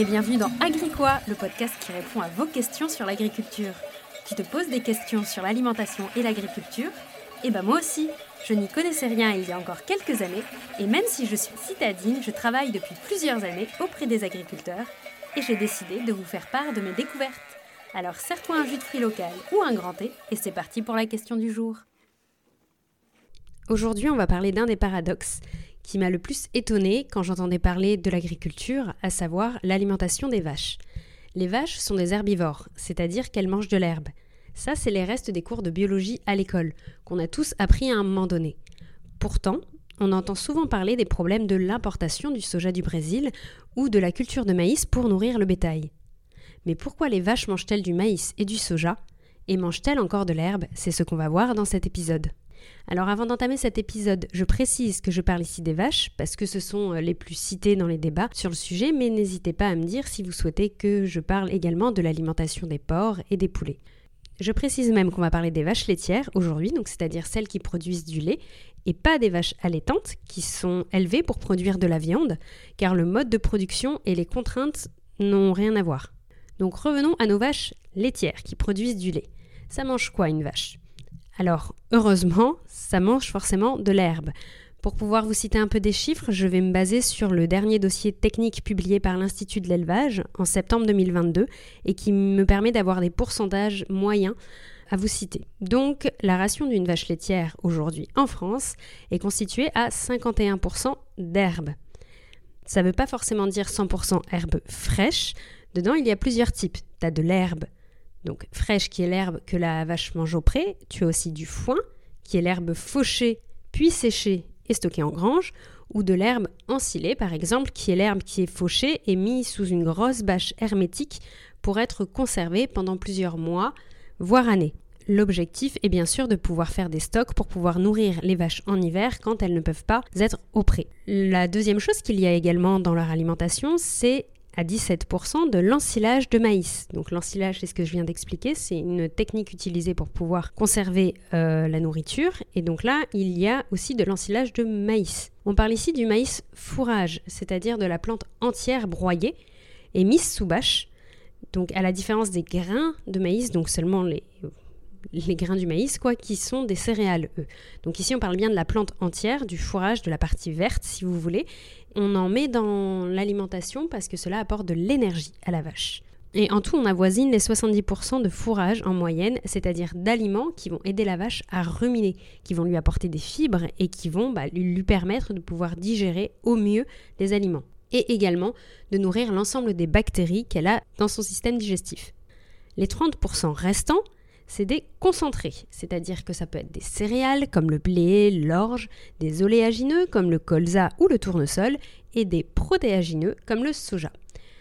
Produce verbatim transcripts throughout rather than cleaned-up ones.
et bienvenue dans Agricois, le podcast qui répond à vos questions sur l'agriculture. Tu te poses des questions sur l'alimentation et l'agriculture? Eh ben moi aussi, je n'y connaissais rien il y a encore quelques années, et même si je suis citadine, je travaille depuis plusieurs années auprès des agriculteurs, et j'ai décidé de vous faire part de mes découvertes. Alors serre-toi un jus de fruits local ou un grand thé, et c'est parti pour la question du jour. Aujourd'hui, on va parler d'un des paradoxes qui m'a le plus étonnée quand j'entendais parler de l'agriculture, à savoir l'alimentation des vaches. Les vaches sont des herbivores, c'est-à-dire qu'elles mangent de l'herbe. Ça, c'est les restes des cours de biologie à l'école, qu'on a tous appris à un moment donné. Pourtant, on entend souvent parler des problèmes de l'importation du soja du Brésil ou de la culture de maïs pour nourrir le bétail. Mais pourquoi les vaches mangent-elles du maïs et du soja? Et mangent-elles encore de l'herbe? C'est ce qu'on va voir dans cet épisode. Alors avant d'entamer cet épisode, je précise que je parle ici des vaches parce que ce sont les plus citées dans les débats sur le sujet, mais n'hésitez pas à me dire si vous souhaitez que je parle également de l'alimentation des porcs et des poulets. Je précise même qu'on va parler des vaches laitières aujourd'hui, donc c'est-à-dire celles qui produisent du lait, et pas des vaches allaitantes qui sont élevées pour produire de la viande, car le mode de production et les contraintes n'ont rien à voir. Donc revenons à nos vaches laitières qui produisent du lait. Ça mange quoi une vache ? Alors, heureusement, ça mange forcément de l'herbe. Pour pouvoir vous citer un peu des chiffres, je vais me baser sur le dernier dossier technique publié par l'Institut de l'élevage en septembre deux mille vingt-deux et qui me permet d'avoir des pourcentages moyens à vous citer. Donc, la ration d'une vache laitière aujourd'hui en France est constituée à cinquante et un pour cent d'herbe. Ça ne veut pas forcément dire cent pour cent herbe fraîche. Dedans, il y a plusieurs types. Tu as de l'herbe donc fraîche qui est l'herbe que la vache mange au pré. Tu as aussi du foin qui est l'herbe fauchée puis séchée et stockée en grange, ou de l'herbe ensilée par exemple qui est l'herbe qui est fauchée et mise sous une grosse bâche hermétique pour être conservée pendant plusieurs mois, voire années. L'objectif est bien sûr de pouvoir faire des stocks pour pouvoir nourrir les vaches en hiver quand elles ne peuvent pas être au pré. La deuxième chose qu'il y a également dans leur alimentation, c'est à dix-sept pour cent de l'ensilage de maïs. Donc l'ensilage, c'est ce que je viens d'expliquer, c'est une technique utilisée pour pouvoir conserver euh, la nourriture. Et donc là, il y a aussi de l'ensilage de maïs. On parle ici du maïs fourrage, c'est-à-dire de la plante entière broyée et mise sous bâche. Donc à la différence des grains de maïs, donc seulement les, les grains du maïs, quoi, qui sont des céréales, eux. Donc ici, on parle bien de la plante entière, du fourrage, de la partie verte, si vous voulez. On en met dans l'alimentation parce que cela apporte de l'énergie à la vache. Et en tout, on avoisine les soixante-dix pour cent de fourrage en moyenne, c'est-à-dire d'aliments qui vont aider la vache à ruminer, qui vont lui apporter des fibres et qui vont bah, lui permettre de pouvoir digérer au mieux les aliments. Et également de nourrir l'ensemble des bactéries qu'elle a dans son système digestif. Les trente pour cent restants, c'est des concentrés, c'est-à-dire que ça peut être des céréales comme le blé, l'orge, des oléagineux comme le colza ou le tournesol et des protéagineux comme le soja.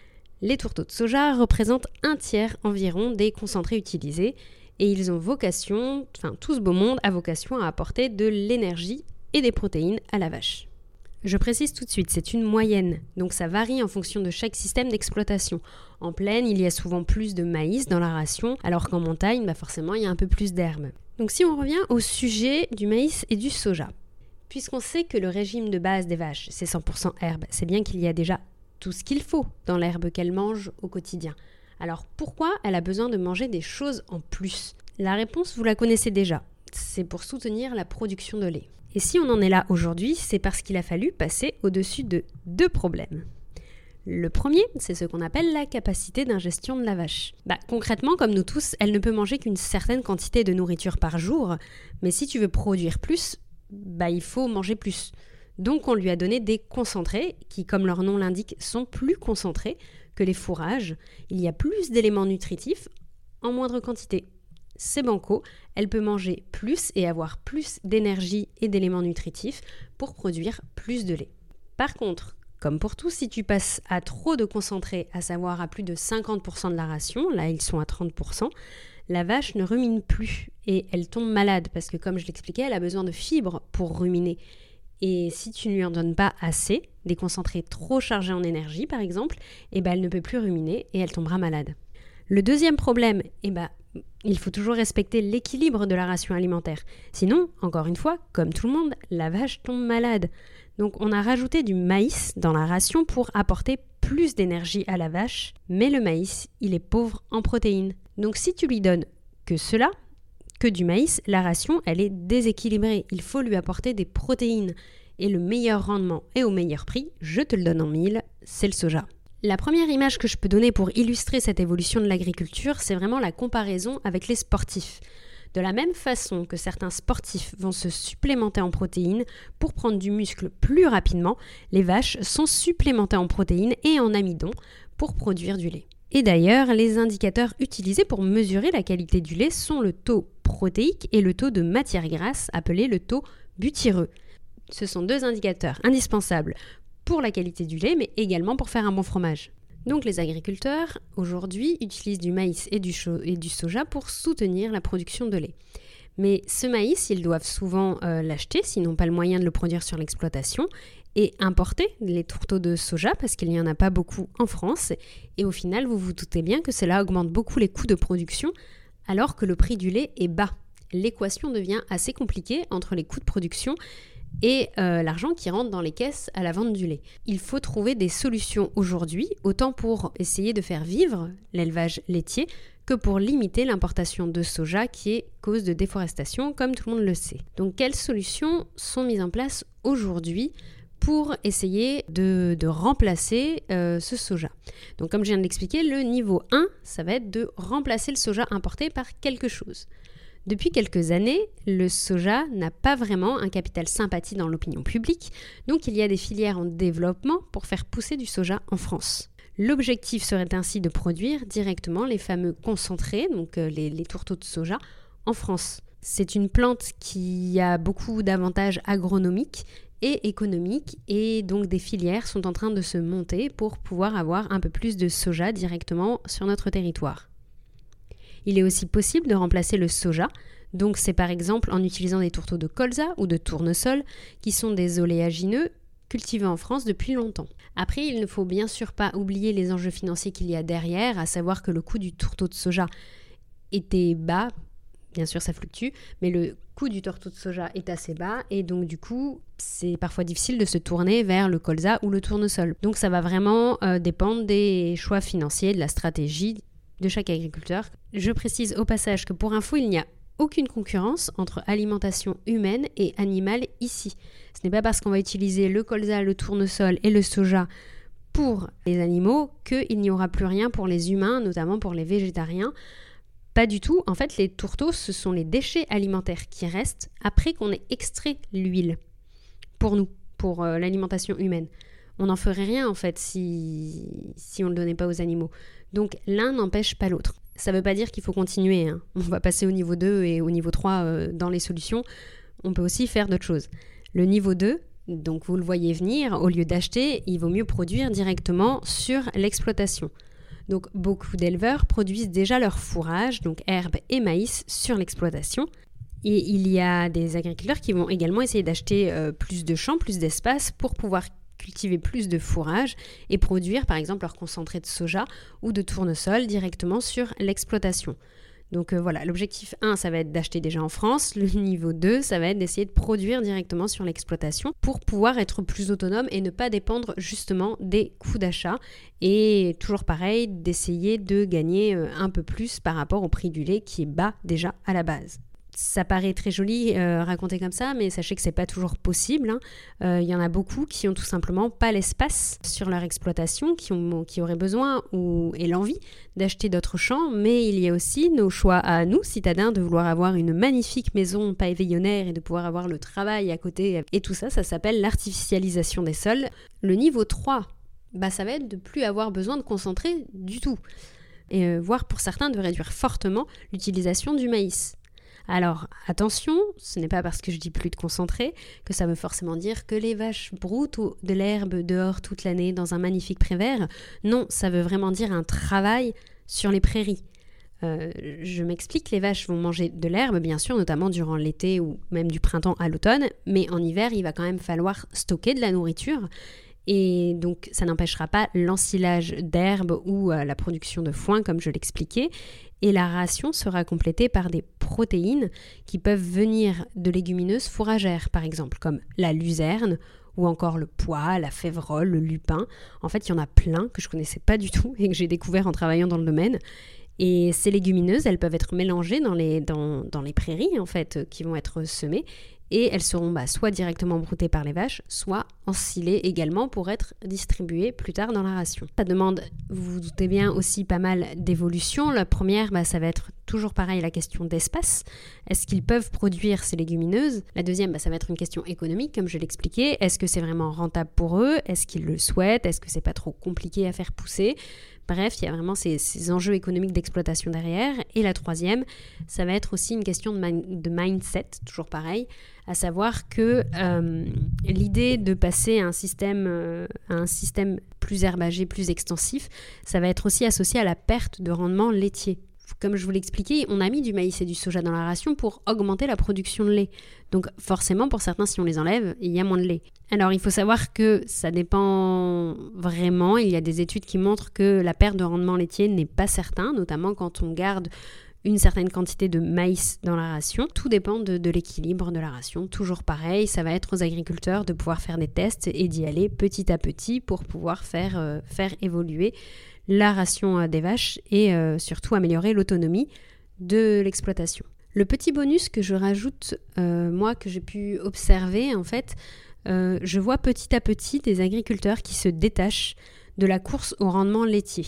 Les tourteaux de soja représentent un tiers environ des concentrés utilisés et ils ont vocation, enfin tout ce beau monde a vocation à apporter de l'énergie et des protéines à la vache. Je précise tout de suite, c'est une moyenne, donc ça varie en fonction de chaque système d'exploitation. En plaine, il y a souvent plus de maïs dans la ration, alors qu'en montagne, bah forcément, il y a un peu plus d'herbe. Donc si on revient au sujet du maïs et du soja, puisqu'on sait que le régime de base des vaches, c'est cent pour cent herbe, c'est bien qu'il y a déjà tout ce qu'il faut dans l'herbe qu'elles mangent au quotidien. Alors pourquoi elle a besoin de manger des choses en plus? La réponse, vous la connaissez déjà, c'est pour soutenir la production de lait. Et si on en est là aujourd'hui, c'est parce qu'il a fallu passer au-dessus de deux problèmes. Le premier, c'est ce qu'on appelle la capacité d'ingestion de la vache. Bah, concrètement, comme nous tous, elle ne peut manger qu'une certaine quantité de nourriture par jour, mais si tu veux produire plus, bah, il faut manger plus. Donc on lui a donné des concentrés, qui, comme leur nom l'indique, sont plus concentrés que les fourrages. Il y a plus d'éléments nutritifs en moindre quantité. C'est banco, elle peut manger plus et avoir plus d'énergie et d'éléments nutritifs pour produire plus de lait. Par contre, comme pour tout, si tu passes à trop de concentré, à savoir à plus de cinquante pour cent de la ration, là ils sont à trente pour cent, la vache ne rumine plus et elle tombe malade parce que comme je l'expliquais, elle a besoin de fibres pour ruminer. Et si tu ne lui en donnes pas assez, des concentrés trop chargés en énergie par exemple, eh ben elle ne peut plus ruminer et elle tombera malade. Le deuxième problème, eh ben, il faut toujours respecter l'équilibre de la ration alimentaire. Sinon, encore une fois, comme tout le monde, la vache tombe malade. Donc on a rajouté du maïs dans la ration pour apporter plus d'énergie à la vache, mais le maïs, il est pauvre en protéines. Donc si tu lui donnes que cela, que du maïs, la ration, elle est déséquilibrée. Il faut lui apporter des protéines. Et le meilleur rendement et au meilleur prix, je te le donne en mille, c'est le soja. La première image que je peux donner pour illustrer cette évolution de l'agriculture, c'est vraiment la comparaison avec les sportifs. De la même façon que certains sportifs vont se supplémenter en protéines pour prendre du muscle plus rapidement, les vaches sont supplémentées en protéines et en amidon pour produire du lait. Et d'ailleurs, les indicateurs utilisés pour mesurer la qualité du lait sont le taux protéique et le taux de matière grasse, appelé le taux butyreux. Ce sont deux indicateurs indispensables pour la qualité du lait, mais également pour faire un bon fromage. Donc les agriculteurs, aujourd'hui, utilisent du maïs et du, cho- et du soja pour soutenir la production de lait. Mais ce maïs, ils doivent souvent euh, l'acheter, s'ils n'ont pas le moyen de le produire sur l'exploitation, et importer les tourteaux de soja, parce qu'il n'y en a pas beaucoup en France. Et au final, vous vous doutez bien que cela augmente beaucoup les coûts de production, alors que le prix du lait est bas. L'équation devient assez compliquée entre les coûts de production et euh, l'argent qui rentre dans les caisses à la vente du lait. Il faut trouver des solutions aujourd'hui, autant pour essayer de faire vivre l'élevage laitier que pour limiter l'importation de soja qui est cause de déforestation, comme tout le monde le sait. Donc quelles solutions sont mises en place aujourd'hui pour essayer de, de remplacer euh, ce soja? Donc comme je viens de l'expliquer, le niveau un, ça va être de remplacer le soja importé par quelque chose. Depuis quelques années, le soja n'a pas vraiment un capital sympathie dans l'opinion publique, donc il y a des filières en développement pour faire pousser du soja en France. L'objectif serait ainsi de produire directement les fameux concentrés, donc euh, les, les tourteaux de soja, en France. C'est une plante qui a beaucoup d'avantages agronomiques et économiques, et donc des filières sont en train de se monter pour pouvoir avoir un peu plus de soja directement sur notre territoire. Il est aussi possible de remplacer le soja, donc c'est par exemple en utilisant des tourteaux de colza ou de tournesol, qui sont des oléagineux cultivés en France depuis longtemps. Après, il ne faut bien sûr pas oublier les enjeux financiers qu'il y a derrière, à savoir que le coût du tourteau de soja était bas, bien sûr ça fluctue, mais le coût du tourteau de soja est assez bas, et donc du coup, c'est parfois difficile de se tourner vers le colza ou le tournesol. Donc ça va vraiment euh, dépendre des choix financiers, de la stratégie de chaque agriculteur. Je précise au passage que pour info, il n'y a aucune concurrence entre alimentation humaine et animale ici. Ce n'est pas parce qu'on va utiliser le colza, le tournesol et le soja pour les animaux qu'il n'y aura plus rien pour les humains, notamment pour les végétariens. Pas du tout. En fait, les tourteaux, ce sont les déchets alimentaires qui restent après qu'on ait extrait l'huile pour nous, pour euh, l'alimentation humaine. On n'en ferait rien en fait si, si on ne le donnait pas aux animaux. Donc l'un n'empêche pas l'autre. Ça ne veut pas dire qu'il faut continuer, hein. On va passer au niveau deux et au niveau trois euh, dans les solutions. On peut aussi faire d'autres choses. Le niveau deux, donc vous le voyez venir, au lieu d'acheter, il vaut mieux produire directement sur l'exploitation. Donc beaucoup d'éleveurs produisent déjà leur fourrage, donc herbes et maïs, sur l'exploitation. Et il y a des agriculteurs qui vont également essayer d'acheter euh, plus de champs, plus d'espace pour pouvoir cultiver plus de fourrage et produire par exemple leur concentré de soja ou de tournesol directement sur l'exploitation. Donc euh, voilà, l'objectif un, ça va être d'acheter déjà en France. Le niveau deux, ça va être d'essayer de produire directement sur l'exploitation pour pouvoir être plus autonome et ne pas dépendre justement des coûts d'achat. Et toujours pareil, d'essayer de gagner euh, un peu plus par rapport au prix du lait qui est bas déjà à la base. Ça paraît très joli euh, raconté comme ça, mais sachez que c'est pas toujours possible. Hein. Euh, y en a beaucoup qui ont tout simplement pas l'espace sur leur exploitation, qui, ont, qui auraient besoin ou, et l'envie d'acheter d'autres champs, mais il y a aussi nos choix à nous, citadins, de vouloir avoir une magnifique maison pavillonnaire et de pouvoir avoir le travail à côté. Et tout ça, ça s'appelle l'artificialisation des sols. Le niveau trois, bah, ça va être de plus avoir besoin de concentrer du tout. Et euh, voire pour certains de réduire fortement l'utilisation du maïs. Alors attention, ce n'est pas parce que je dis plus de concentré que ça veut forcément dire que les vaches broutent de l'herbe dehors toute l'année dans un magnifique pré vert. Non, ça veut vraiment dire un travail sur les prairies. Euh, je m'explique, les vaches vont manger de l'herbe, bien sûr, notamment durant l'été ou même du printemps à l'automne, mais en hiver, il va quand même falloir stocker de la nourriture. Et donc, ça n'empêchera pas l'ensilage d'herbe ou euh, la production de foin, comme je l'expliquais. Et la ration sera complétée par des protéines qui peuvent venir de légumineuses fourragères, par exemple, comme la luzerne ou encore le pois, la févrole, le lupin. En fait, il y en a plein que je connaissais pas du tout et que j'ai découvert en travaillant dans le domaine. Et ces légumineuses, elles peuvent être mélangées dans les, dans, dans les prairies en fait, qui vont être semées. Et elles seront bah, soit directement broutées par les vaches, soit ensilées également pour être distribuées plus tard dans la ration. Ça demande, vous vous doutez bien, aussi pas mal d'évolutions. La première, bah, ça va être toujours pareil, la question d'espace. Est-ce qu'ils peuvent produire ces légumineuses ? La deuxième, bah, ça va être une question économique, comme je l'expliquais. Est-ce que c'est vraiment rentable pour eux ? Est-ce qu'ils le souhaitent ? Est-ce que c'est pas trop compliqué à faire pousser ? Bref, il y a vraiment ces, ces enjeux économiques d'exploitation derrière. Et la troisième, ça va être aussi une question de, min- de mindset, toujours pareil, à savoir que euh, l'idée de passer à un système, euh, à un système plus herbagé, plus extensif, ça va être aussi associé à la perte de rendement laitier. Comme je vous l'expliquais, on a mis du maïs et du soja dans la ration pour augmenter la production de lait. Donc forcément, pour certains, si on les enlève, il y a moins de lait. Alors il faut savoir que ça dépend vraiment. Il y a des études qui montrent que la perte de rendement laitier n'est pas certain, notamment quand on garde une certaine quantité de maïs dans la ration. Tout dépend de, de l'équilibre de la ration. Toujours pareil, ça va être aux agriculteurs de pouvoir faire des tests et d'y aller petit à petit pour pouvoir faire, euh, faire évoluer la ration des vaches et euh, surtout améliorer l'autonomie de l'exploitation. Le petit bonus que je rajoute, euh, moi, que j'ai pu observer, en fait, euh, je vois petit à petit des agriculteurs qui se détachent de la course au rendement laitier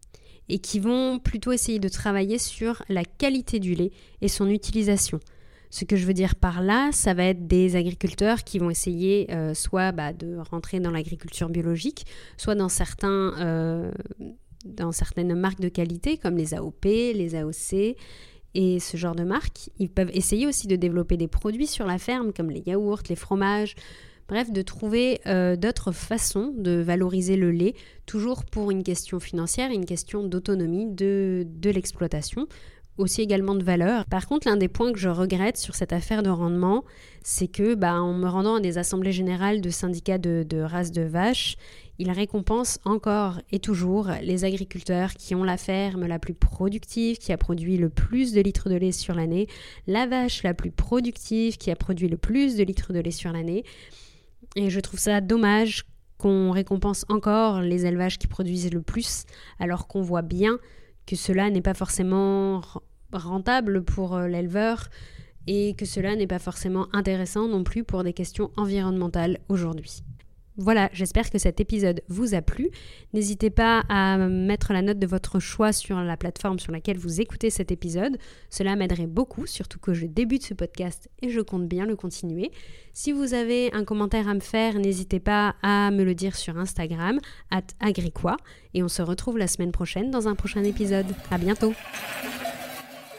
et qui vont plutôt essayer de travailler sur la qualité du lait et son utilisation. Ce que je veux dire par là, ça va être des agriculteurs qui vont essayer euh, soit bah, de rentrer dans l'agriculture biologique, soit dans certains... Euh, dans certaines marques de qualité comme les A O P, les A O C et ce genre de marques. Ils peuvent essayer aussi de développer des produits sur la ferme comme les yaourts, les fromages, bref, de trouver euh, d'autres façons de valoriser le lait, toujours pour une question financière et une question d'autonomie de, de l'exploitation, aussi également de valeur. Par contre, l'un des points que je regrette sur cette affaire de rendement, c'est que, bah, en me rendant à des assemblées générales de syndicats de, de races de vaches, ils récompensent encore et toujours les agriculteurs qui ont la ferme la plus productive, qui a produit le plus de litres de lait sur l'année, la vache la plus productive, qui a produit le plus de litres de lait sur l'année. Et je trouve ça dommage qu'on récompense encore les élevages qui produisent le plus, alors qu'on voit bien que cela n'est pas forcément rentable pour l'éleveur et que cela n'est pas forcément intéressant non plus pour des questions environnementales aujourd'hui. Voilà, j'espère que cet épisode vous a plu. N'hésitez pas à mettre la note de votre choix sur la plateforme sur laquelle vous écoutez cet épisode. Cela m'aiderait beaucoup, surtout que je débute ce podcast et je compte bien le continuer. Si vous avez un commentaire à me faire, n'hésitez pas à me le dire sur Instagram, arobase agriquois. Et on se retrouve la semaine prochaine dans un prochain épisode. À bientôt!